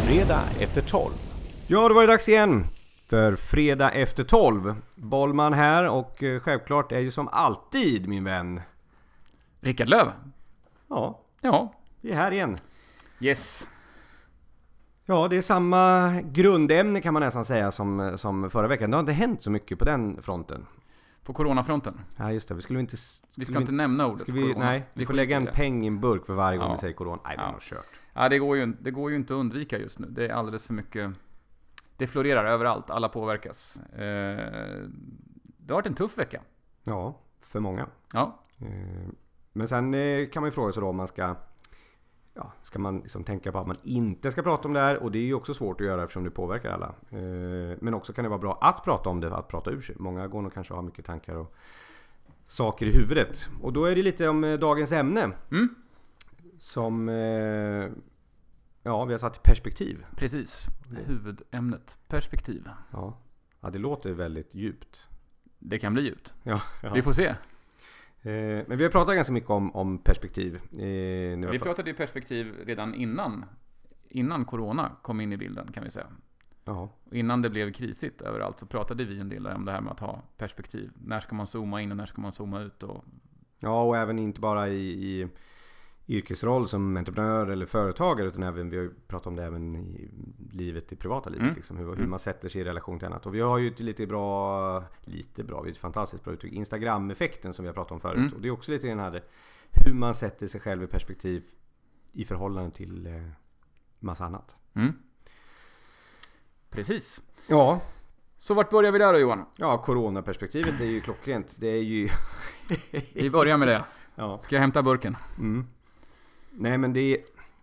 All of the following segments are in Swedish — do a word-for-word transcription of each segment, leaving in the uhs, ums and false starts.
Fredag efter tolv. Ja, det var det dags igen för Fredag efter tolv. Bollman här och eh, självklart är ju som alltid min vän. Rickard Löv. Ja, Ja. vi är här igen. Yes. Ja, det är samma grundämne kan man nästan säga som, som förra veckan. Det har inte hänt så mycket på den fronten. På coronafronten. Ja, just det. Vi skulle inte... Vi ska inte nämna ordet ska vi, corona. Nej, vi, vi får lägga en peng i en burk för varje gång ja. vi säger corona. Nej, det ja. är nog kört. Ja, det går, ju, det går ju inte att undvika just nu. Det är alldeles för mycket. Det florerar överallt. Alla påverkas. Eh, det har varit en tuff vecka. Ja, för många. Ja. Eh, men sen eh, kan man ju fråga sig då om man ska... Ja, ska man liksom tänka på att man inte ska prata om det här, och det är ju också svårt att göra eftersom det påverkar alla. Eh, men också kan det vara bra att prata om det, att prata ur sig. Många går nog kanske har mycket tankar och saker i huvudet. Och då är det lite om eh, dagens ämne. Mm. Som eh, ja, vi har satt i perspektiv. Precis. Huvudämnet. Perspektiv. Ja, ja det låter väldigt djupt. Det kan bli djupt. Ja, ja. Vi får se. Eh, men vi har pratat ganska mycket om, om perspektiv. Eh, när vi Vi pratade ju perspektiv redan innan innan corona kom in i bilden, kan vi säga. Ja. Och innan det blev krisigt överallt så pratade vi en del om det här med att ha perspektiv. När ska man zooma in och när ska man zooma ut? Och... Ja, och även inte bara i, i yrkesroll som entreprenör eller företagare, utan även, vi har ju pratat om det även i livet, i privata livet. Mm. Liksom, hur, hur man sätter sig i relation till annat. Och vi har ju ett lite bra, lite bra, ett fantastiskt bra uttryck, Instagram-effekten som vi har pratat om förut. Mm. Och det är också lite den här hur man sätter sig själv i perspektiv i förhållande till eh, massa annat. Mm. Precis. Ja. Så vart börjar vi där då, Johan? Ja, coronaperspektivet är ju klockrent. Det är ju... Vi börjar med det. Ja. Ska jag hämta burken? Mm. Nej, men det är...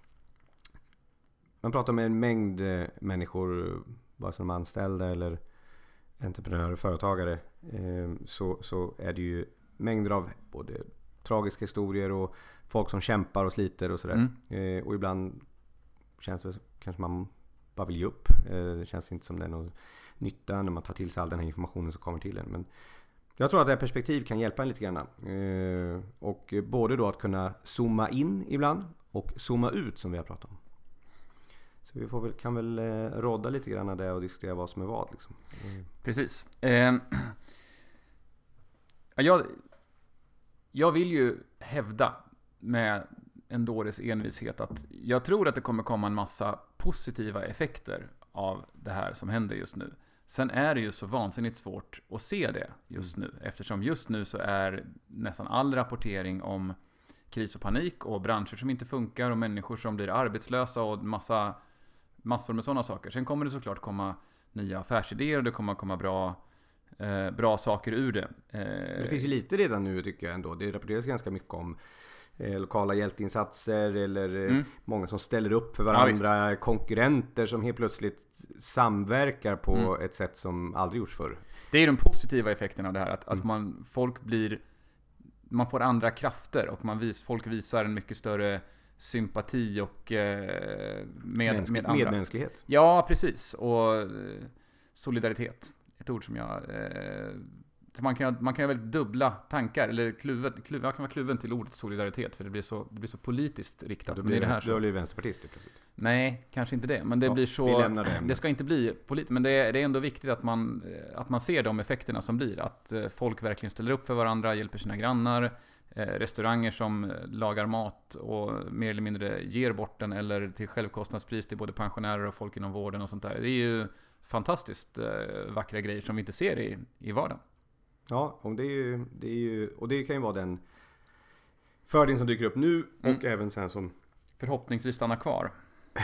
Man pratar med en mängd människor, vare sig de anställda eller entreprenörer och företagare, så, så är det ju mängder av både tragiska historier och folk som kämpar och sliter och sådär. Mm. Och ibland känns det kanske man bara vill ge upp. Det känns inte som det är någon nytta när man tar till sig all den här informationen som kommer till en. Men jag tror att det här perspektiv kan hjälpa en lite grann. Och både då att kunna zooma in ibland och zooma ut som vi har pratat om. Så vi får väl, kan väl eh, råda lite grann där och diskutera vad som är vad. Liksom. Mm. Precis. Eh, jag, jag vill ju hävda med en dåres envishet att jag tror att det kommer komma en massa positiva effekter av det här som händer just nu. Sen är det ju så vansinnigt svårt att se det just nu. Eftersom just nu så är nästan all rapportering om kris och panik och branscher som inte funkar och människor som blir arbetslösa och massa, massor med sådana saker. Sen kommer det såklart komma nya affärsidéer och det kommer komma bra, eh, bra saker ur det. Eh, det finns ju lite redan nu tycker jag ändå. Det rapporteras ganska mycket om eh, lokala hjälteinsatser eller eh, mm. många som ställer upp för varandra, ja, konkurrenter som helt plötsligt samverkar på mm. ett sätt som aldrig gjorts förr. Det är de positiva effekterna av det här. Att, mm. att man, folk blir... Man får andra krafter och man vis, folk visar en mycket större sympati och eh, med, Mänsk- med andra. Medmänsklighet. Ja, precis. Och eh, solidaritet. Ett ord som jag... Eh, man kan man kan ju väldigt dubbla tankar. Eller kluven, kluven, jag kan vara kluven till ordet solidaritet. För det blir så, det blir så politiskt riktat. Då blir blir det här så. Då blir vänsterpartist plötsligt. Nej, kanske inte det. Men det ja, blir så... Det, det ska inte bli politiskt. Men det är, det är ändå viktigt att man, att man ser de effekterna som blir. Att eh, folk verkligen ställer upp för varandra, hjälper sina grannar. Eh, restauranger som lagar mat och mer eller mindre ger bort den eller till självkostnadspris till både pensionärer och folk inom vården och sånt där. Det är ju fantastiskt eh, vackra grejer som vi inte ser i, i vardagen. Ja, och det, är ju, det är ju, och det kan ju vara den fördelen som dyker upp nu och mm. även sen som förhoppningsvis stannar kvar.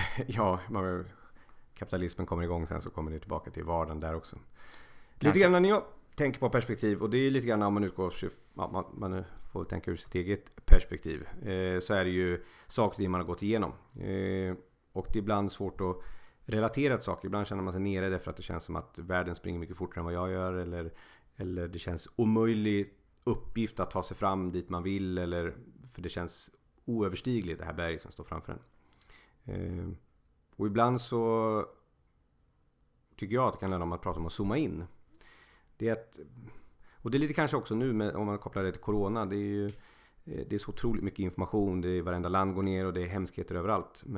Ja, man, kapitalismen kommer igång sen så kommer det tillbaka till vardagen där också. Kanske. Lite grann när jag tänker på perspektiv, och det är lite grann om man utgår, man, man får tänka ur sitt eget perspektiv, eh, så är det ju saker man har gått igenom. Eh, och det är ibland svårt att relatera till saker. Ibland känner man sig nere därför att det känns som att världen springer mycket fortare än vad jag gör, eller, eller det känns omöjlig uppgift att ta sig fram dit man vill, eller för det känns oöverstigligt det här berget som står framför en. Eh, och ibland så tycker jag att det kan handla om att prata om att zooma in. Det är att, och det är lite kanske också nu med, om man kopplar det till corona, det är ju det är så otroligt mycket information, det är varenda land går ner och det är hemskheter överallt, men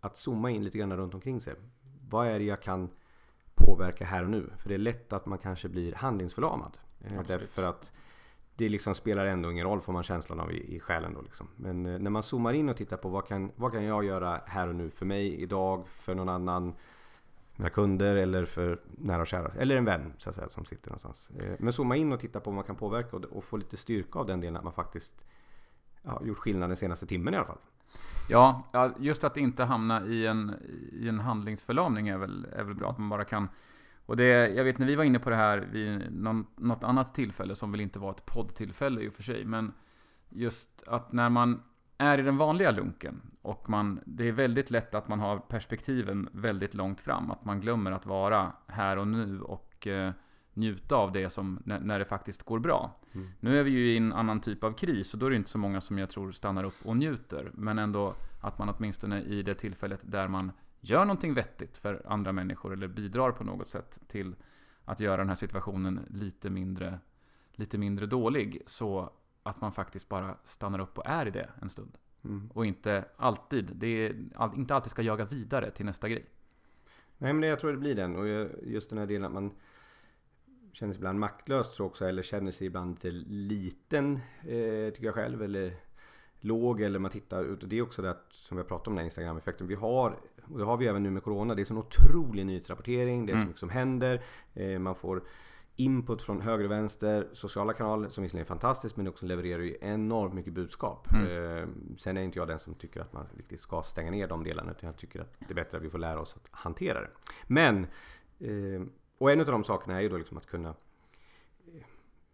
att zooma in lite grann runt omkring sig. Vad är det jag kan påverka här och nu? För det är lätt att man kanske blir handlingsförlamad. Absolut. Därför att det liksom spelar ändå ingen roll, får man känslan av i, i själen då liksom. Men eh, när man zoomar in och tittar på vad kan, vad kan jag göra här och nu för mig idag, för någon annan, mina kunder eller för nära och kära, eller en vän så att säga, som sitter någonstans. Eh, men zooma in och titta på vad man kan påverka och, och få lite styrka av den delen att man faktiskt ja, gjort skillnad den senaste timmen i alla fall. Ja, just att inte hamna i en, i en handlingsförlamning är väl, är väl bra, att man bara kan. Och det, jag vet när vi var inne på det här vid någon, något annat tillfälle som väl inte var ett poddtillfälle i och för sig, men just att när man är i den vanliga lunken och man, det är väldigt lätt att man har perspektiven väldigt långt fram, att man glömmer att vara här och nu och eh, njuta av det som när, när det faktiskt går bra. Mm. Nu är vi ju i en annan typ av kris och då är det inte så många som jag tror stannar upp och njuter, men ändå att man åtminstone i det tillfället där man gör någonting vettigt för andra människor eller bidrar på något sätt till att göra den här situationen lite mindre, lite mindre dålig, så att man faktiskt bara stannar upp och är i det en stund. Mm. Och inte alltid, det är, inte alltid ska jaga vidare till nästa grej. Nej, men det, jag tror det blir den. Och just den här delen att man känner sig ibland maktlös tror jag också, eller känner sig ibland lite liten, eh, tycker jag själv, eller låg, eller man tittar ut. Och det är också det att, som vi har pratat om, den här Instagram-effekten. Vi har, och det har vi även nu med corona, det är så en otrolig nyhetsrapportering, det är så mycket som händer, eh, man får input från höger och vänster, sociala kanaler som visserligen är fantastiskt, men också levererar ju enormt mycket budskap. Mm. Eh, sen är inte jag den som tycker att man riktigt ska stänga ner de delarna, utan jag tycker att det är bättre att vi får lära oss att hantera det. Men eh, och en av de sakerna är ju då liksom att kunna eh,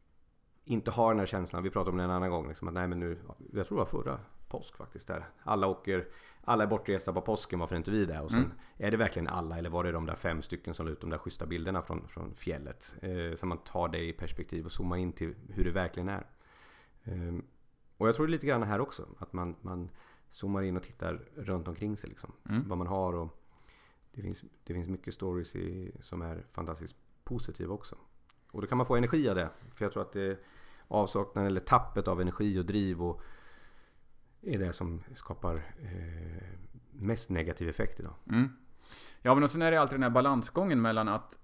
inte ha den här känslan, vi pratade om det en annan gång, liksom att nej men nu, jag tror det var förra påsk faktiskt där. Alla åker, alla är bortresta på påsken, varför inte vi där? Och sen mm. är det verkligen alla, eller var det de där fem stycken som la ut de där schyssta bilderna från, från fjället? Eh, så man tar det i perspektiv och zoomar in till hur det verkligen är. Eh, och jag tror det är lite grann här också, att man, man zoomar in och tittar runt omkring sig liksom. Mm. Vad man har, och det finns, det finns mycket stories i, som är fantastiskt positiva också. Och då kan man få energi av det. För jag tror att det avsaknaden eller tappet av energi och driv och är det som skapar eh, mest negativ effekt idag. Mm. Ja, men och sen är det alltid den här balansgången mellan att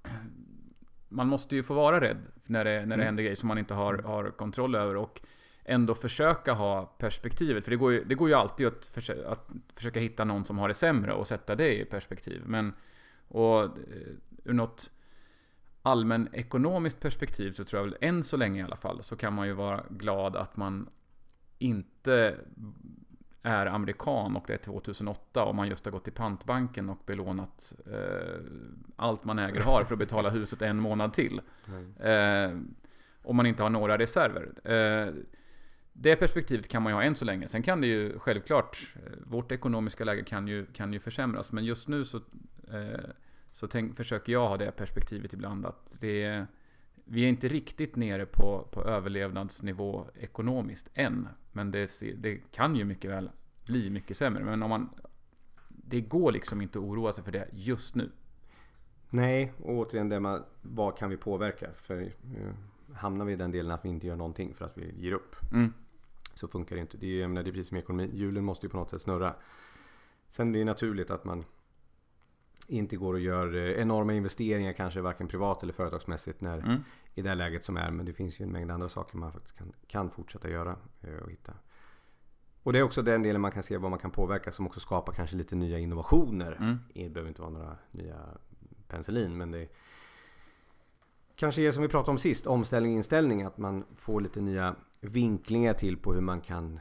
man måste ju få vara rädd när det, när det mm. händer grejer som man inte har, har kontroll över, och ändå försöka ha perspektivet. För det går ju, det går ju alltid att försöka, att försöka hitta någon som har det sämre och sätta det i perspektiv. Men och ur något allmän ekonomiskt perspektiv så tror jag väl än så länge i alla fall så kan man ju vara glad att man inte är amerikan och det är tjugohundraåtta och man just har gått till pantbanken och belånat eh, allt man äger har för att betala huset en månad till. Eh, om man inte har några reserver. Eh, det perspektivet kan man ju ha än så länge. Sen kan det ju självklart, vårt ekonomiska läge kan ju, kan ju försämras, men just nu så, eh, så tänk, försöker jag ha det perspektivet ibland att det är, vi är inte riktigt nere på, på överlevnadsnivå ekonomiskt än, men det, det kan ju mycket väl bli mycket sämre. Men om man, det går liksom inte att oroa sig för det just nu. Nej, och återigen det man, vad kan vi påverka? För uh, hamnar vi i den delen att vi inte gör någonting för att vi ger upp, mm. så funkar det inte. Det är, jag menar, det är precis som ekonomi. Hjulen måste ju på något sätt snurra. Sen är det ju naturligt att man inte går och gör enorma investeringar, kanske varken privat eller företagsmässigt när, mm. i det läget som är. Men det finns ju en mängd andra saker man faktiskt kan, kan fortsätta göra och hitta. Och det är också den delen man kan se vad man kan påverka som också skapar kanske lite nya innovationer. Mm. Det behöver inte vara några nya penicillin, men det kanske är som vi pratade om sist, omställning och inställning, att man får lite nya vinklingar till på hur man kan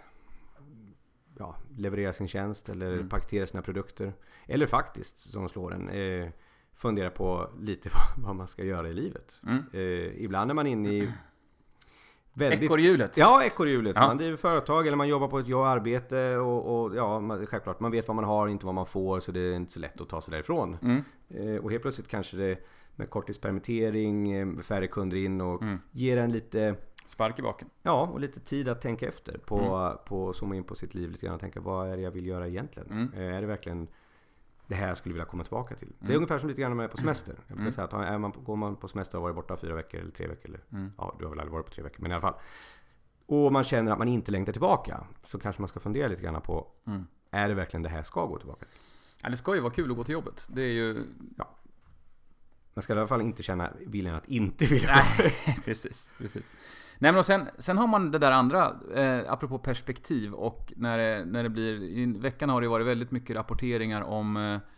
ja, leverera sin tjänst eller mm. paketera sina produkter. Eller faktiskt, som slår en, eh, fundera på lite vad, vad man ska göra i livet. Mm. Eh, ibland är man inne i väldigt... Ekorrhjulet. Ja, ekorrhjulet. Ja. Man driver företag eller man jobbar på ett jobbarbete och, och ja, man, självklart, man vet vad man har, inte vad man får, så det är inte så lätt att ta sig därifrån. Mm. Eh, och helt plötsligt kanske det med korttidspermittering, färre kunder in och mm. ger en lite... spark i baken. Ja, och lite tid att tänka efter på, mm. på zooma in på sitt liv lite grann och tänka, vad är det jag vill göra egentligen? Mm. Är det verkligen det här jag skulle vilja komma tillbaka till? Mm. Det är ungefär som lite grann med på semester. Jag brukar säga att är man, går man på semester och varit borta fyra veckor eller tre veckor eller, mm. ja, du har väl aldrig varit på tre veckor, men i alla fall. Och man känner att man inte längtar tillbaka, så kanske man ska fundera lite grann på, mm. är det verkligen det här jag ska gå tillbaka till? Ja, det ska ju vara kul att gå till jobbet. Det är ju... Ja. Man ska i alla fall inte känna viljan att inte vilja. Nej, precis, precis. Nej, men och sen, sen har man det där andra, eh, apropå perspektiv, och när det, när det blir, i veckan har det varit väldigt mycket rapporteringar om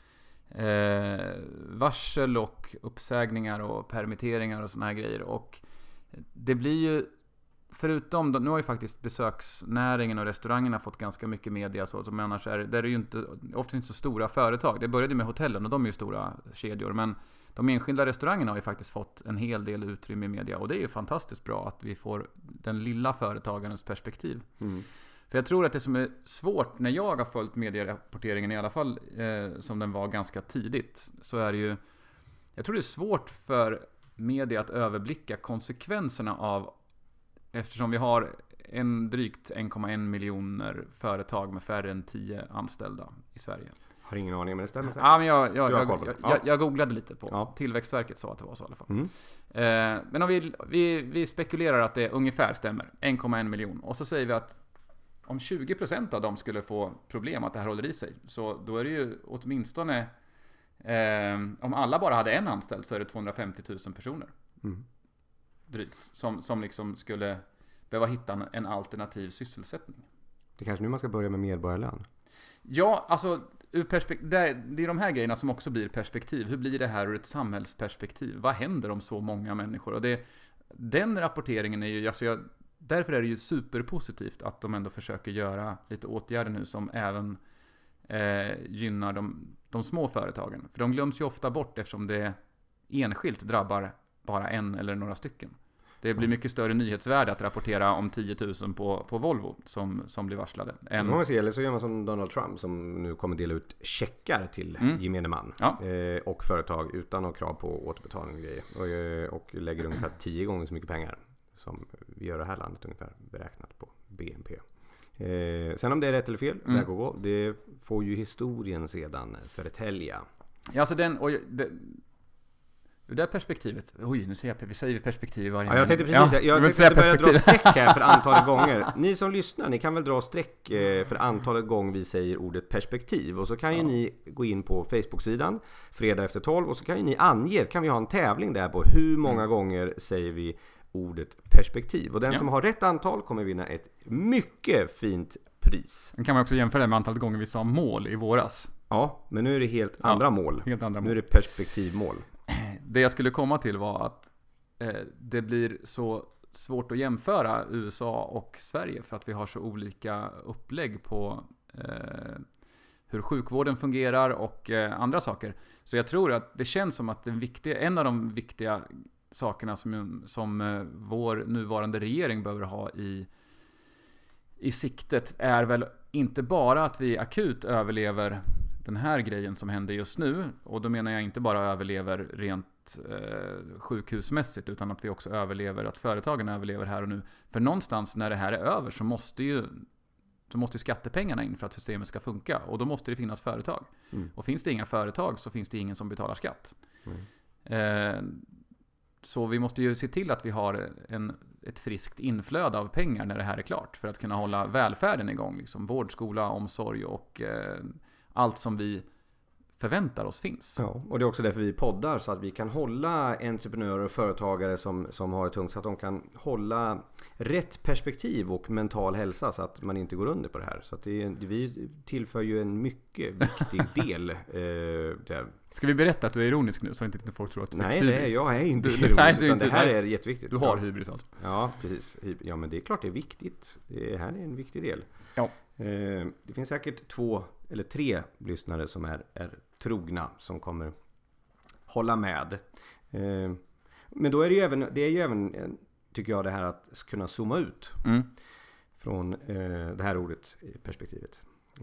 eh, varsel och uppsägningar och permitteringar och såna här grejer, och det blir ju, förutom, nu har ju faktiskt besöksnäringen och restaurangerna fått ganska mycket media, så som annars är det är ju inte, ofta inte så stora företag. Det började med hotellen och de är ju stora kedjor, men de enskilda restaurangerna har ju faktiskt fått en hel del utrymme i media, och det är ju fantastiskt bra att vi får den lilla företagarens perspektiv. Mm. För jag tror att det som är svårt när jag har följt medierapporteringen, i alla fall eh, som den var ganska tidigt, så är det ju, jag tror det är svårt för media att överblicka konsekvenserna av, eftersom vi har en drygt en komma en miljoner företag med färre än tio anställda i Sverige. Har ingen aning, men det stämmer säkert. Ja, men jag, jag, jag, jag, jag, jag googlade lite på. Ja. Tillväxtverket sa att det var så i alla fall. Mm. Eh, men om vi, vi, vi spekulerar att det ungefär stämmer. en komma en miljon. Och så säger vi att om tjugo procent av dem skulle få problem att det här håller i sig, så då är det ju åtminstone, eh, om alla bara hade en anställd, så är det tvåhundrafemtio tusen personer. Mm. Drygt. Som, som liksom skulle behöva hitta en alternativ sysselsättning. Det är kanske nu man ska börja med medborgarlön. Ja, alltså ur perspek- det är de här grejerna som också blir perspektiv. Hur blir det här ur ett samhällsperspektiv? Vad händer om så många människor? Och det, den rapporteringen är ju, alltså jag, därför är det ju superpositivt att de ändå försöker göra lite åtgärder nu som även eh, gynnar de, de små företagen. För de glöms ju ofta bort eftersom det enskilt drabbar bara en eller några stycken. Det blir mycket större nyhetsvärde att rapportera om tio tusen på, på Volvo som, som blir varslade. En... Man se, eller så gör man som Donald Trump som nu kommer dela ut checkar till mm. gemene man ja. eh, och företag utan några krav på återbetalning och grejer. Och, och lägger ungefär tio gånger så mycket pengar som vi gör det här landet ungefär beräknat på B N P. Eh, sen om det är rätt eller fel, mm. väg att gå, det får ju historien sedan förtälja. Ja, alltså den... Och det, ur det perspektivet, oj nu ser jag, vi säger perspektiv varje ja, jag tänkte precis, ja, jag, jag tänkte börja dra streck här för antalet gånger. Ni som lyssnar, ni kan väl dra streck för antalet gånger vi säger ordet perspektiv. Och så kan ju ja. ni gå in på Facebook-sidan fredag efter tolv och så kan ju ni ange, kan vi ha en tävling där på hur många mm. gånger säger vi ordet perspektiv. Och den ja. som har rätt antal kommer vinna ett mycket fint pris. Den kan man också jämföra med antalet gånger vi sa mål i våras. Ja, men nu är det helt andra ja, mål. Helt andra nu mål. är det perspektivmål. Det jag skulle komma till var att eh, det blir så svårt att jämföra U S A och Sverige för att vi har så olika upplägg på eh, hur sjukvården fungerar och eh, andra saker. Så jag tror att det känns som att den viktiga, en av de viktiga sakerna som, som eh, vår nuvarande regering behöver ha i, i siktet är väl inte bara att vi akut överlever den här grejen som händer just nu, och då menar jag inte bara överlever rent eh, sjukhusmässigt, utan att vi också överlever, att företagen överlever här och nu. För någonstans när det här är över så måste ju så måste skattepengarna in för att systemet ska funka, och då måste det finnas företag. Mm. Och finns det inga företag så finns det ingen som betalar skatt. Mm. Eh, så vi måste ju se till att vi har en, ett friskt inflöde av pengar när det här är klart, för att kunna hålla välfärden igång, liksom vård, skola, omsorg och eh, allt som vi förväntar oss finns. Ja, och det är också därför vi poddar, så att vi kan hålla entreprenörer och företagare som, som har det tungt, så att de kan hålla rätt perspektiv och mental hälsa, så att man inte går under på det här. Så att det, vi tillför ju en mycket viktig del. Eh, där. Ska vi berätta att du är ironisk nu, så att inte folk tror att du nej, är hybris? Nej, jag är inte du, ironisk, nej, utan inte, det här nej. är jätteviktigt. Du har hybris alltså. Ja, precis. Ja, men det är klart det är viktigt. Det här är en viktig del. Ja. Det finns säkert två eller tre lyssnare som är, är trogna, som kommer hålla med. Men då är det ju även, det är ju även, tycker jag, det här att kunna zooma ut mm. från det här ordet i perspektivet.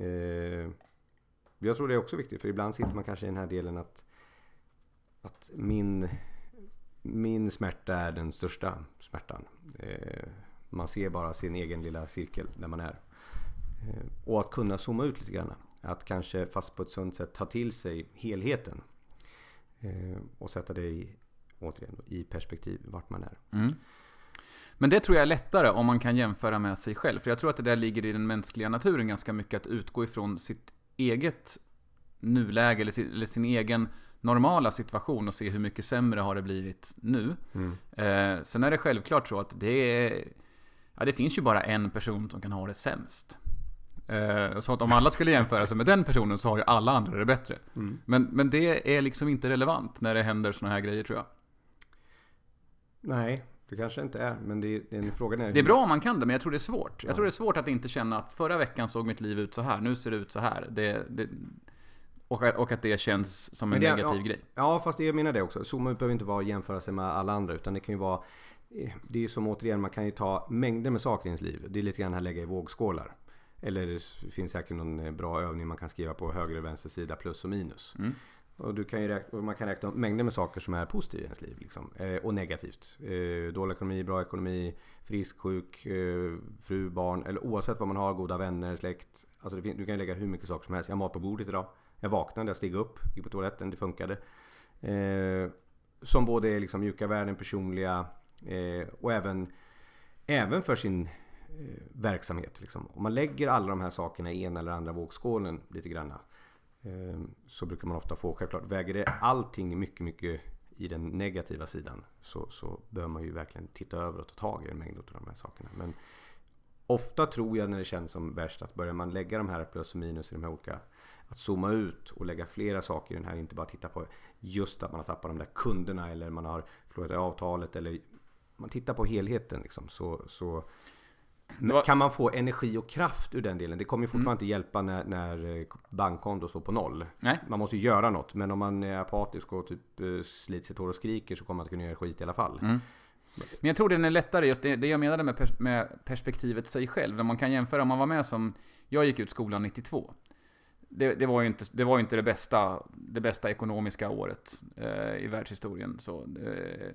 Jag tror det är också viktigt, för ibland sitter man kanske i den här delen att, att min, min smärta är den största smärtan. Man ser bara sin egen lilla cirkel där man är. Och att kunna zooma ut lite grann. Att kanske, fast på ett sunt sätt, ta till sig helheten. Och sätta det i, återigen, i perspektiv vart man är. Mm. Men det tror jag är lättare om man kan jämföra med sig själv. För jag tror att det där ligger i den mänskliga naturen ganska mycket, att utgå ifrån sitt eget nuläge eller sin, eller sin egen normala situation och se hur mycket sämre har det blivit nu. Mm. Eh, sen är det självklart så att det är, ja, det finns ju bara en person som kan ha det sämst. Eh, så att om alla skulle jämföra sig med den personen så har ju alla andra det bättre. Mm. Men, men det är liksom inte relevant när det händer såna här grejer, tror jag. Nej, det kanske inte är, men det, det är en fråga. Det är bra om man kan det, men jag tror det är svårt. Jag Ja. tror det är svårt att inte känna att förra veckan såg mitt liv ut så här, nu ser det ut så här. Det, det, och, och att det känns som en det, negativ ja, grej. Ja, fast jag menar det också. Zooma ut behöver inte vara att jämföra sig med alla andra, utan det kan ju vara, det är ju som återigen, man kan ju ta mängder med saker i ens liv. Det är lite grann här lägga i vågskålar. Eller det finns säkert någon bra övning man kan skriva på höger och vänster sida, plus och minus. Mm. Och, du kan ju räkna, och man kan räkna mängder med saker som är positiva i ens liv. Liksom. Eh, och negativt. Eh, dålig ekonomi, bra ekonomi, frisk, sjuk, eh, fru, barn. Eller oavsett vad man har, goda vänner, släkt. Alltså det fin- du kan lägga hur mycket saker som helst. Jag har mat på bordet idag. Jag vaknade, jag steg upp, gick på toaletten, det funkade. Eh, som både är liksom mjuka värden, personliga eh, och även, även för sin eh, verksamhet. Liksom. Om man lägger alla de här sakerna i en eller andra vågskålen lite granna, så brukar man ofta få, självklart väger det allting mycket mycket i den negativa sidan, så, så bör man ju verkligen titta över och ta tag i en mängd av de här sakerna. Men ofta tror jag när det känns som värst att börjar man lägga de här plus och minus i de här olika, att zooma ut och lägga flera saker i den här, inte bara titta på just att man har tappat de där kunderna eller man har förlorat avtalet, eller man tittar på helheten liksom, så, så var... kan man få energi och kraft ur den delen. Det kommer ju fortfarande mm. inte hjälpa när, när bankkonto står på noll. Nej. Man måste ju göra något, men om man är apatisk och typ sliter sitt hår och skriker, så kommer man inte kunna göra skit i alla fall. Mm. Men jag tror det är lättare, just det, det jag menade med, pers- med perspektivet sig själv. När man kan jämföra, om man var med som, jag gick ut skolan nittiotvå. Det, det var ju inte det, var inte det, bästa, det bästa ekonomiska året eh, i världshistorien. Så, eh,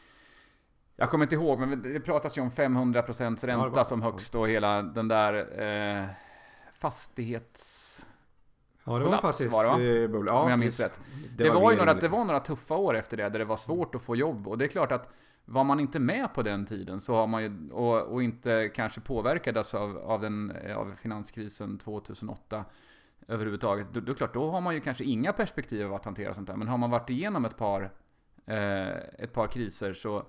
jag kommer inte ihåg, men det pratas ju om femhundra procent ränta ja, som högst och hela den där eh, fastighets... Ja, det var faktiskt var det, ja, om jag minns rätt. Det, det, var, var ju några, det var några tuffa år efter det där det var svårt att få jobb. Och det är klart att var man inte med på den tiden så har man ju, och, och inte kanske påverkades av, av, den, av finanskrisen tjugohundraåtta överhuvudtaget. Då, då, klart, då har man ju kanske inga perspektiv av att hantera sånt där. Men har man varit igenom ett par, eh, ett par kriser så,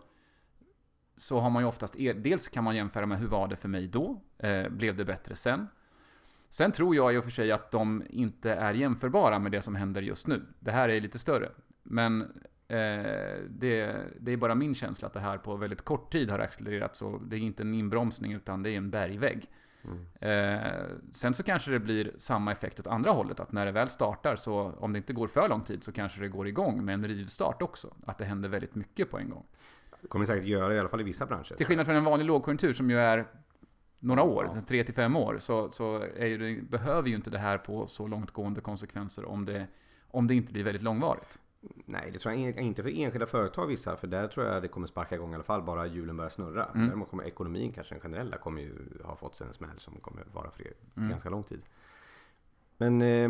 så har man ju oftast, dels kan man jämföra med hur var det för mig då? Eh, blev det bättre sen? Sen tror jag i och för sig att de inte är jämförbara med det som händer just nu. Det här är lite större. Men eh, det, det är bara min känsla att det här på väldigt kort tid har accelererat. Så det är inte en inbromsning utan det är en bergvägg. Mm. Eh, sen så kanske det blir samma effekt åt andra hållet. Att när det väl startar, så om det inte går för lång tid, så kanske det går igång med en rivstart också. Att det händer väldigt mycket på en gång. Det kommer säkert göra i alla fall i vissa branscher. Till skillnad från en vanlig lågkonjunktur som ju är några år, ja. tre till fem år, så, så är ju, behöver ju inte det här få så långtgående konsekvenser om det, om det inte blir väldigt långvarigt. Nej, det tror jag inte för enskilda företag vissa, för där tror jag det kommer sparka igång i alla fall bara hjulen börjar snurra. Mm. Däremot kommer ekonomin, kanske den generella, kommer ju ha fått sig en smäll som kommer vara för mm. ganska lång tid. Men eh,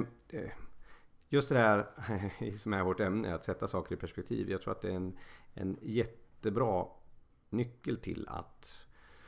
just det här som är vårt ämne, att sätta saker i perspektiv. Jag tror att det är en, en jättebra nyckel till att,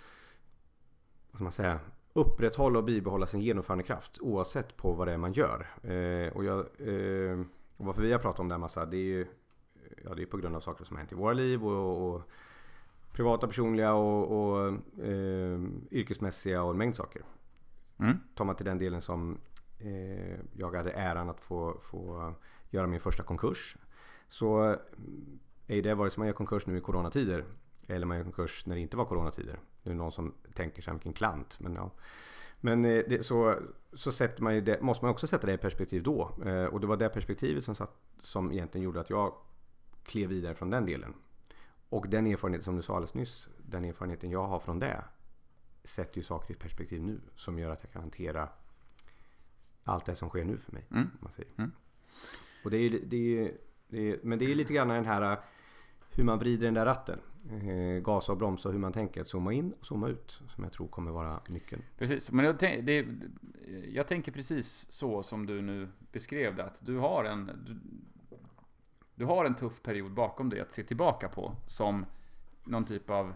vad ska man säga, upprätthålla och bibehålla sin genomförandekraft oavsett på vad det är man gör. Eh, och, jag, eh, och varför vi har pratat om det här massa, det är ju ja, det är på grund av saker som har hänt i våra liv och, och privata, personliga och, och eh, yrkesmässiga och en mängd saker. Mm. Tar man till den delen som eh, jag hade äran att få, få göra min första konkurs, så är det vare sig man gör konkurs nu i coronatider eller man gör konkurs när det inte var coronatider. Nu är det någon som tänker sig vilken klant, men ja. Men det, så, så sätter man ju det, måste man också sätta det i perspektiv då. Eh, och det var det perspektivet som, satt, som egentligen gjorde att jag klev vidare från den delen. Och den erfarenheten som du sa alldeles nyss, den erfarenheten jag har från det, sätter ju saker i perspektiv nu som gör att jag kan hantera allt det som sker nu för mig. Mm. Man säger. Mm. Och det är, det är, det är, men det är lite grann den här hur man vrider den där ratten. Eh, gasa och bromsa, hur man tänker att zooma in och zooma ut, som jag tror kommer vara nyckeln. Precis, men jag, tänk, det, jag tänker precis så som du nu beskrev det, att du har en du, du har en tuff period bakom dig att se tillbaka på som någon typ av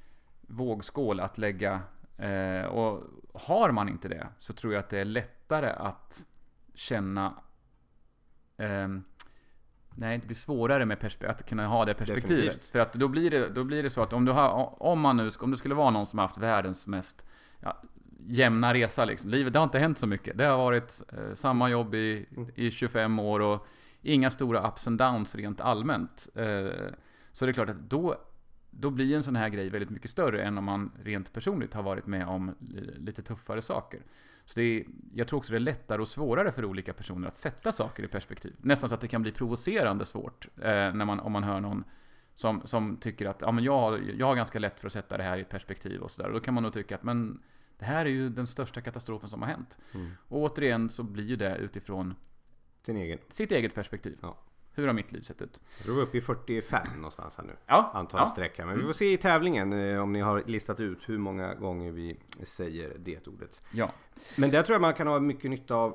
vågskål att lägga, eh, och har man inte det så tror jag att det är lättare att känna eh, nej, det blir svårare med perspe- att kunna ha det perspektivet. Definitivt. För att då blir det, då blir det så att om du har, om man nu, om du skulle vara någon som har haft världens mest ja, jämna resa liksom. Livet, det har inte hänt så mycket. Det har varit eh, samma jobb i, i tjugofem år och inga stora ups and downs rent allmänt. Eh, så det är klart att då, då blir en sån här grej väldigt mycket större än om man rent personligt har varit med om lite tuffare saker. Så det är, jag tror också det är lättare och svårare för olika personer att sätta saker i perspektiv. Nästan så att det kan bli provocerande svårt eh, när man, om man hör någon som, som tycker att ja, men jag, jag har ganska lätt för att sätta det här i ett perspektiv och sådär. Då kan man nog tycka att men, det här är ju den största katastrofen som har hänt. Mm. Och återigen så blir ju det utifrån Sin egen. sitt eget perspektiv. Ja. Hur har mitt liv sett ut? Jag är uppe i fyrtiofem någonstans här nu. Ja. Antal ja. streck här. Men vi får se i tävlingen eh, om ni har listat ut hur många gånger vi säger det ordet. Ja. Men där tror jag man kan ha mycket nytta av,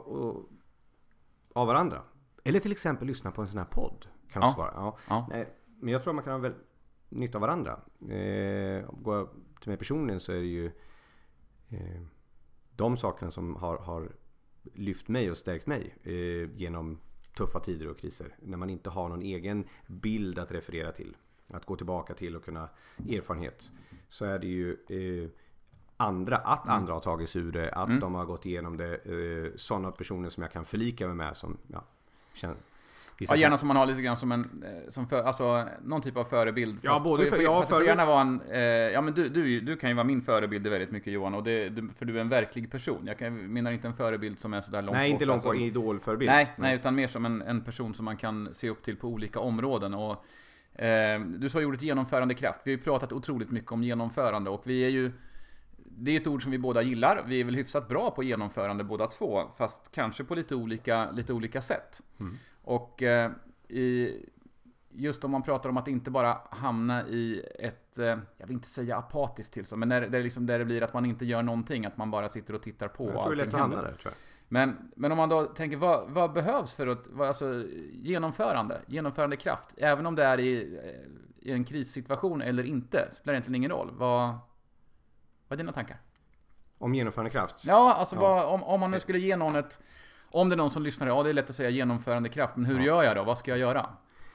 av varandra. Eller till exempel lyssna på en sån här podd. Kan ja. också vara. Ja. Ja. Nej, men jag tror man kan ha väl nytta av varandra. Eh, går jag till mig personligen så är det ju eh, de sakerna som har, har lyft mig och stärkt mig eh, genom tuffa tider och kriser. När man inte har någon egen bild att referera till. Att gå tillbaka till och kunna erfarenhet. Så är det ju eh, andra, att mm. andra har tagit sig ur det. Att mm. de har gått igenom det. Eh, sådana personer som jag kan förlika mig med. Som ja, känner, ja, gärna som man har lite grann som en som för, alltså, någon typ av förebild. Ja, både för, för, ja, för, för, för gärna vara en, eh, ja, men du, du, du kan ju vara min förebild väldigt mycket, Johan. Och det, du, för du är en verklig person. Jag kan, menar inte en förebild som är sådär långt. Nej, inte långt på alltså, idolförebild. Nej, nej, nej, utan mer som en, en person som man kan se upp till på olika områden. Och eh, du sa ordet genomförandekraft. Vi har ju pratat otroligt mycket om genomförande. Och vi är ju det är ett ord som vi båda gillar. Vi är väl hyfsat bra på genomförande båda två. Fast kanske på lite olika, lite olika sätt. Mm. Och eh, i, just om man pratar om att inte bara hamna i ett, eh, jag vill inte säga apatiskt tillstånd, men när, där, det liksom, där det blir att man inte gör någonting, att man bara sitter och tittar på. Jag tror det är lätt att hamna där, tror jag. Men, men om man då tänker, vad, vad behövs för att, vad, alltså, genomförande, genomförandekraft, även om det är i, i en krissituation eller inte, spelar egentligen ingen roll. Vad, vad är dina tankar? Om genomförandekraft? Ja, alltså ja. Vad, om, om man nu skulle ge någon ett, om det är någon som lyssnar, ja det är lätt att säga genomförandekraft, men hur ja. gör jag då? Vad ska jag göra?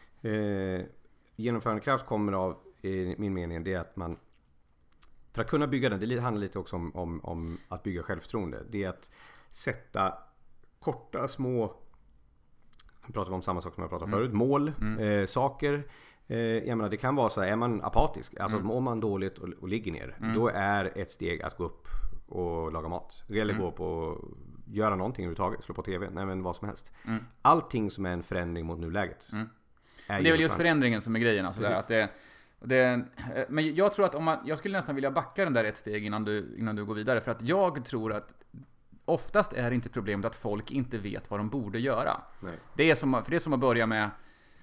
Eh, genomförandekraft kommer av, i min mening, det är att man, för att kunna bygga den, det handlar lite också om, om, om att bygga självförtroende. Det är att sätta korta, små, nu pratar vi om samma sak som jag pratade om mm. förut, mål, mm. eh, saker. Eh, jag menar, det kan vara så här, är man apatisk, alltså mm. mår man dåligt och, och ligger ner, mm. då är ett steg att gå upp och laga mat. Eller mm. gå upp och göra någonting överhuvudtaget, slå på tv, nej men vad som helst. Mm. Allting som är en förändring mot nuläget. Mm. Är det är väl just förändringen som är grejen. Alltså där, att det, det, men jag tror att om man, jag skulle nästan vilja backa den där ett steg innan du, innan du går vidare. För att jag tror att oftast är inte problemet att folk inte vet vad de borde göra. Nej. Det är som, för det är som att börja med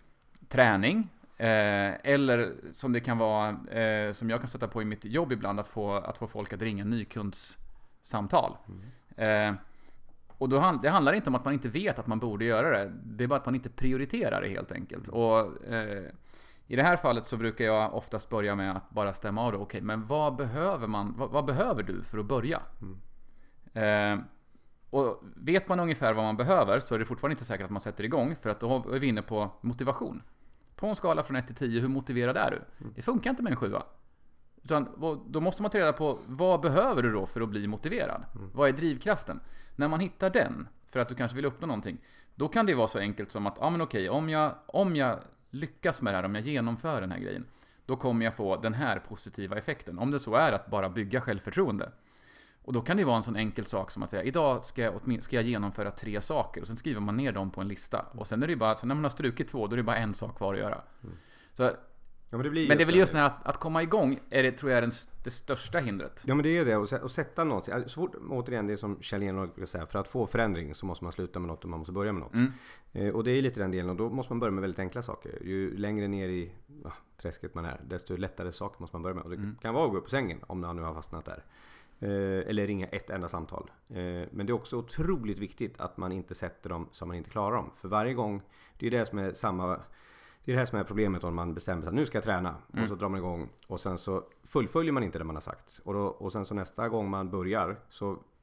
träning. Eh, eller som det kan vara, eh, som jag kan sätta på i mitt jobb ibland, att få, att få folk att ringa nykundssamtal. Mm. Eh, och då, det handlar inte om att man inte vet att man borde göra det. Det är bara att man inte prioriterar det helt enkelt. Och eh, i det här fallet så brukar jag oftast börja med att bara stämma av det. Okej, men vad behöver man? Vad, vad behöver du för att börja? Mm. Eh, och vet man ungefär vad man behöver, så är det fortfarande inte säkert att man sätter igång. För att då är vi inne på motivation. På en skala från ett till tio, hur motiverad är du? Mm. Det funkar inte med en sjua. Utan då måste man ta reda på, vad behöver du då för att bli motiverad? Mm. Vad är drivkraften? När man hittar den, för att du kanske vill uppnå någonting, då kan det vara så enkelt som att, ja men okej, om jag, om jag lyckas med det här, om jag genomför den här grejen, då kommer jag få den här positiva effekten. Om det så är att bara bygga självförtroende. Och då kan det vara en sån enkel sak som att säga, idag ska jag, ska jag genomföra tre saker, och sen skriver man ner dem på en lista. Och sen är det bara, så när man har strukit två, då är det bara en sak kvar att göra. Mm. Så Ja, men det, blir men det är väl just det här att, att komma igång är det, tror jag, är den, det största hindret. Ja, men det är det. Och, och sätta något. Så fort, återigen, det är som Kjell Enroth brukar säga, för att få förändring så måste man sluta med något och man måste börja med något. Mm. Eh, och det är lite den delen. Och då måste man börja med väldigt enkla saker. Ju längre ner i ah, träsket man är, desto lättare saker måste man börja med. Och det mm. kan vara att gå upp på sängen om man nu har fastnat där. Eh, eller ringa ett enda samtal. Eh, men det är också otroligt viktigt att man inte sätter dem som man inte klarar dem. För varje gång, det är det som är samma... Det är det här som är problemet om man bestämmer sig att nu ska jag träna. Mm. Och så drar man igång. Och sen så fullföljer man inte det man har sagt. Och, då, och sen så nästa gång man börjar så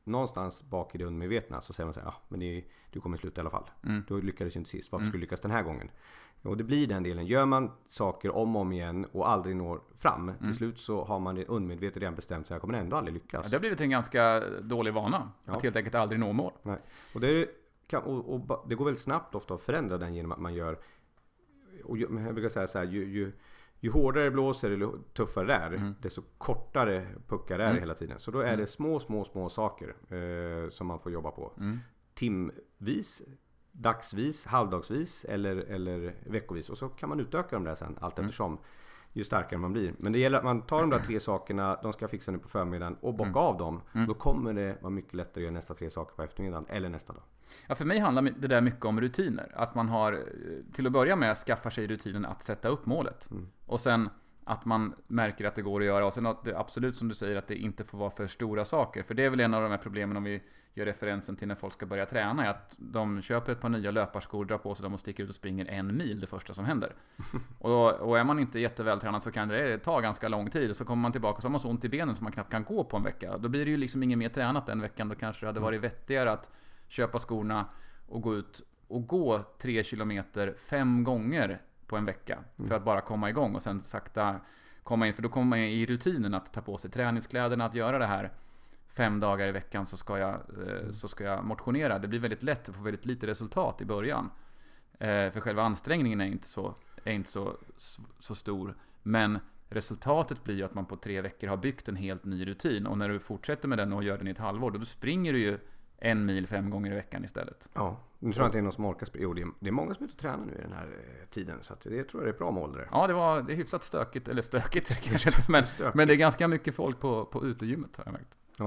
någonstans bak i det undermedvetna så säger man så här, ja, men det, du kommer sluta i alla fall. Mm. Du lyckades ju inte sist. Varför Mm. skulle du lyckas den här gången? Och det blir den delen. Gör man saker om och om igen och aldrig når fram, Mm. till slut så har man det undermedvetet redan bestämt sig, jag kommer ändå aldrig lyckas. Ja, det har blivit en ganska dålig vana. Ja. Att helt enkelt aldrig nå mål. Nej. Och, det, kan, och, och ba- det går väldigt snabbt ofta att förändra den genom att man gör, och ju- jag brukar säga så här, ju, ju, ju hårdare det blåser eller tuffare det är, Mm. desto kortare puckar är det Mm. hela tiden. Så då är Mm. det små, små, små saker eh, som man får jobba på. Mm. Timvis, dagsvis, halvdagsvis eller, eller veckovis. Och så kan man utöka dem där sen allt Mm. eftersom ju starkare man blir. Men det gäller att man tar de där tre sakerna, de ska fixa nu på förmiddagen och bocka Mm. av dem. Mm. Då kommer det vara mycket lättare att göra nästa tre saker på eftermiddagen eller nästa dag. Ja, för mig handlar det där mycket om rutiner. Att man har, till att börja med, skaffar sig rutinen att sätta upp målet. Mm. Och sen att man märker att det går att göra. Och sen att det, absolut som du säger, att det inte får vara för stora saker. För det är väl en av de här problemen om vi gör referensen till när folk ska börja träna. Är att de köper ett par nya löparskor, drar på sig dem och sticker ut och springer en mil det första som händer. och, och är man inte jättevältränad så kan det ta ganska lång tid. Och så kommer man tillbaka och så har man så ont i benen som man knappt kan gå på en vecka. Då blir det ju liksom inget mer tränat den veckan. Då kanske det hade varit vettigare att köpa skorna och gå ut och gå tre kilometer fem gånger på en vecka för Mm. att bara komma igång och sen sakta komma in, för då kommer man i rutinen att ta på sig träningskläderna, att göra det här fem dagar i veckan, så ska jag, eh, så ska jag motionera. Det blir väldigt lätt att få väldigt lite resultat i början, eh, för själva ansträngningen är inte så, är inte så, så stor, men resultatet blir ju att man på tre veckor har byggt en helt ny rutin, och när du fortsätter med den och gör den i ett halvår, då springer du ju en mil fem gånger i veckan istället. Ja, nu tror jag inte det är någon som orkar springa. Jo, det är, det är många som är ute och tränar nu i den här eh, tiden. Så att det tror jag är ett bra mål där. Ja, det var det är hyfsat stökigt, eller stökigt kanske inte, men, Stökigt. men det är ganska mycket folk på, på utegymmet har jag märkt. Ja.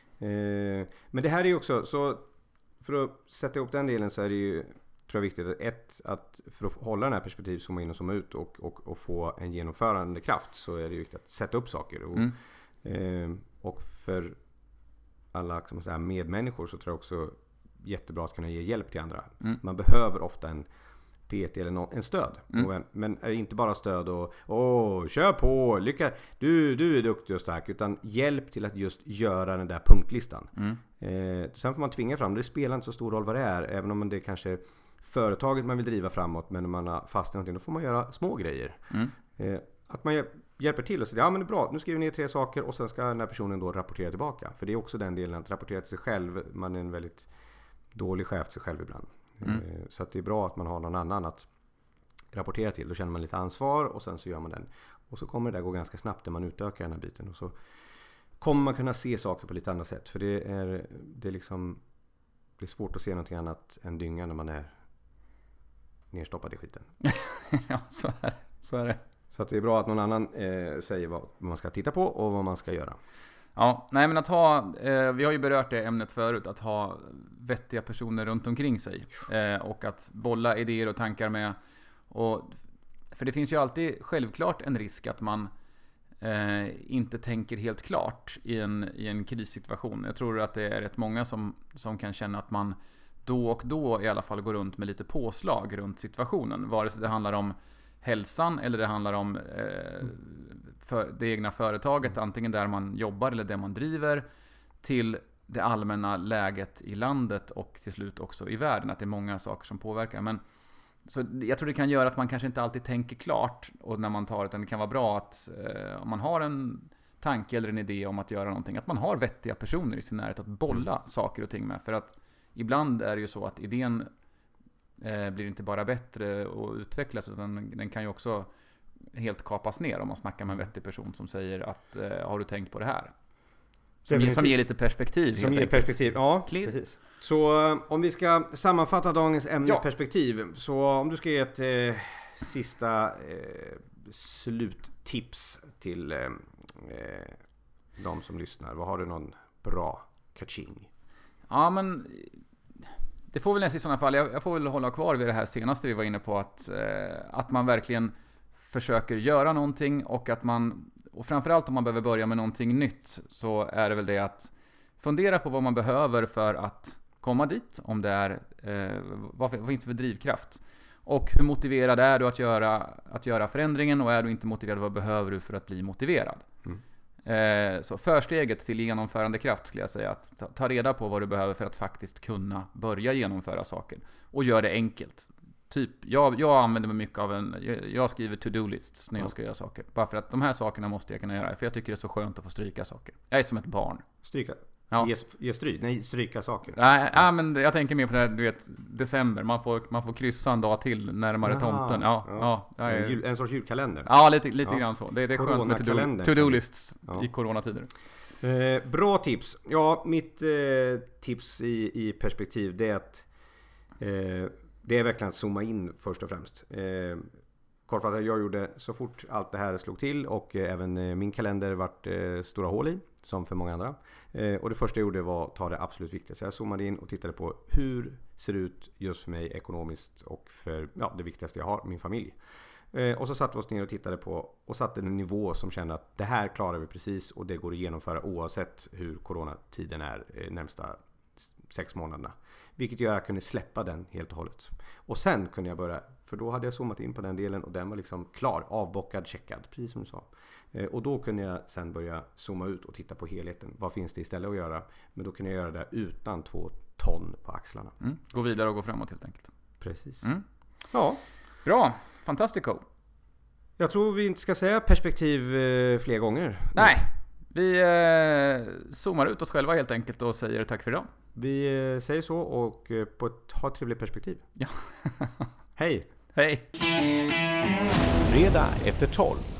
Eh, men det här är ju också, så för att sätta ihop den delen så är det ju, tror jag, viktigt att ett, att för att hålla den här perspektivet, zooma in och zooma ut och, och, och få en genomförande kraft, så är det ju viktigt att sätta upp saker. Och, Mm. eh, och för alla, kan man säga, medmänniskor så tror jag också jättebra att kunna ge hjälp till andra. Mm. Man behöver ofta en P T eller någon, en stöd. Mm. Och en, men är inte bara stöd och åh, kör på, lycka, du, du är duktig och stark, utan hjälp till att just göra den där punktlistan. Mm. Eh, sen får man tvinga fram, det spelar inte så stor roll vad det är, även om det är kanske företaget man vill driva framåt, men när man har fastnat någonting, då får man göra små grejer. Mm. Eh, att man hjälper till och säger, ja men det är bra, nu skriver vi ner tre saker och sen ska den här personen då rapportera tillbaka. För det är också den delen, att rapportera till sig själv, man är en väldigt dålig chef till sig själv ibland. Mm. Eh, så att det är bra att man har någon annan att rapportera till, då känner man lite ansvar och sen så gör man den. Och så kommer det där gå ganska snabbt när man utökar den här biten, och så kommer man kunna se saker på lite annat sätt. För det är, det är liksom, det är svårt att se någonting annat än dynga när man är nerstoppad i skiten. Ja, så är det. Så är det. Så att det är bra att någon annan eh, säger vad man ska titta på och vad man ska göra. Ja, nej men att ha, eh, vi har ju berört det ämnet förut, att ha vettiga personer runt omkring sig. Eh, och att bolla idéer och tankar med. Och, för det finns ju alltid självklart en risk att man eh, inte tänker helt klart i en, i en krissituation. Jag tror att det är rätt många som, som kan känna att man då och då i alla fall går runt med lite påslag runt situationen. Vare sig det handlar om hälsan eller det handlar om eh, för det egna företaget, antingen där man jobbar eller det man driver, till det allmänna läget i landet och till slut också i världen, att det är många saker som påverkar. Men så jag tror det kan göra att man kanske inte alltid tänker klart, och när man tar det, det kan vara bra att eh, om man har en tanke eller en idé om att göra någonting, att man har vettiga personer i sin närhet att bolla mm. saker och ting med. För att ibland är det ju så att idén eh, blir inte bara bättre och utvecklas, utan den kan ju också helt kapas ner om man snackar med en vettig person som säger att eh, har du tänkt på det här? Som, som ger lite perspektiv. Som ger perspektiv, ja. Clear. Precis. Så om vi ska sammanfatta dagens ämne, Ja. perspektiv. Så om du ska ge ett eh, sista eh, sluttips till eh, de som lyssnar. Vad har du någon bra kaching? Ja, men det får väl nästan i sådana fall, jag, jag får väl hålla kvar vid det här senaste vi var inne på, att, eh, att man verkligen försöker göra någonting, och att man, och framförallt om man behöver börja med någonting nytt, så är det väl det att fundera på vad man behöver för att komma dit, om det är eh, vad, vad finns det för drivkraft, och hur motiverad är du att göra, att göra förändringen, och är du inte motiverad, vad behöver du för att bli motiverad? Mm. Eh, så försteget till genomförandekraft skulle jag säga att ta, ta reda på vad du behöver för att faktiskt kunna börja genomföra saker. Och gör det enkelt. Typ, jag, jag använder mig mycket av en, jag, jag skriver to-do-lists när jag ska göra saker. Bara för att de här sakerna måste jag kunna göra. För jag tycker det är så skönt att få stryka saker. Jag är som ett barn. Stryka? Ja. Ge, ge stryk? Nej, stryka saker. Nej, ja, men jag tänker mer på det här, du vet, december. Man får, man får kryssa en dag till närmare Aha, tomten. Ja, ja. ja, En, jul, en sorts julkalender. ja lite, lite Ja. grann så. Det, det är skönt med to-do, to-do-lists ja. i coronatider. Eh, bra tips. Ja, mitt eh, tips i, i perspektiv det är att eh, det är verkligen att zooma in först och främst. Eh, Kortfattat, jag gjorde så fort allt det här slog till och eh, även eh, min kalender vart eh, stora hål i, som för många andra. Eh, och det första jag gjorde var att ta det absolut viktigaste. Jag zoomade in och tittade på hur ser det ut just för mig ekonomiskt och för ja, det viktigaste jag har, min familj. Eh, och så satte vi oss ner och tittade på och satte en nivå som kände att det här klarar vi precis och det går att genomföra oavsett hur coronatiden är eh, närmsta sex månaderna. Vilket gör att jag kunde släppa den helt och hållet. Och sen kunde jag börja, för då hade jag zoomat in på den delen och den var liksom klar, avbockad, checkad, precis som du sa. Eh, och då kunde jag sen börja zooma ut och titta på helheten. Vad finns det istället att göra? Men då kunde jag göra det utan två ton på axlarna. Mm. Gå vidare och gå framåt helt enkelt. Precis. Mm. Ja. Bra, fantastico. Jag tror vi inte ska säga perspektiv eh, fler gånger. Nej, vi eh, zoomar ut oss själva helt enkelt och säger tack för idag. Vi eh, säger så och eh, på ett, ha ett trevligt perspektiv. Ja. Hej! Hej! Fredag efter tolv.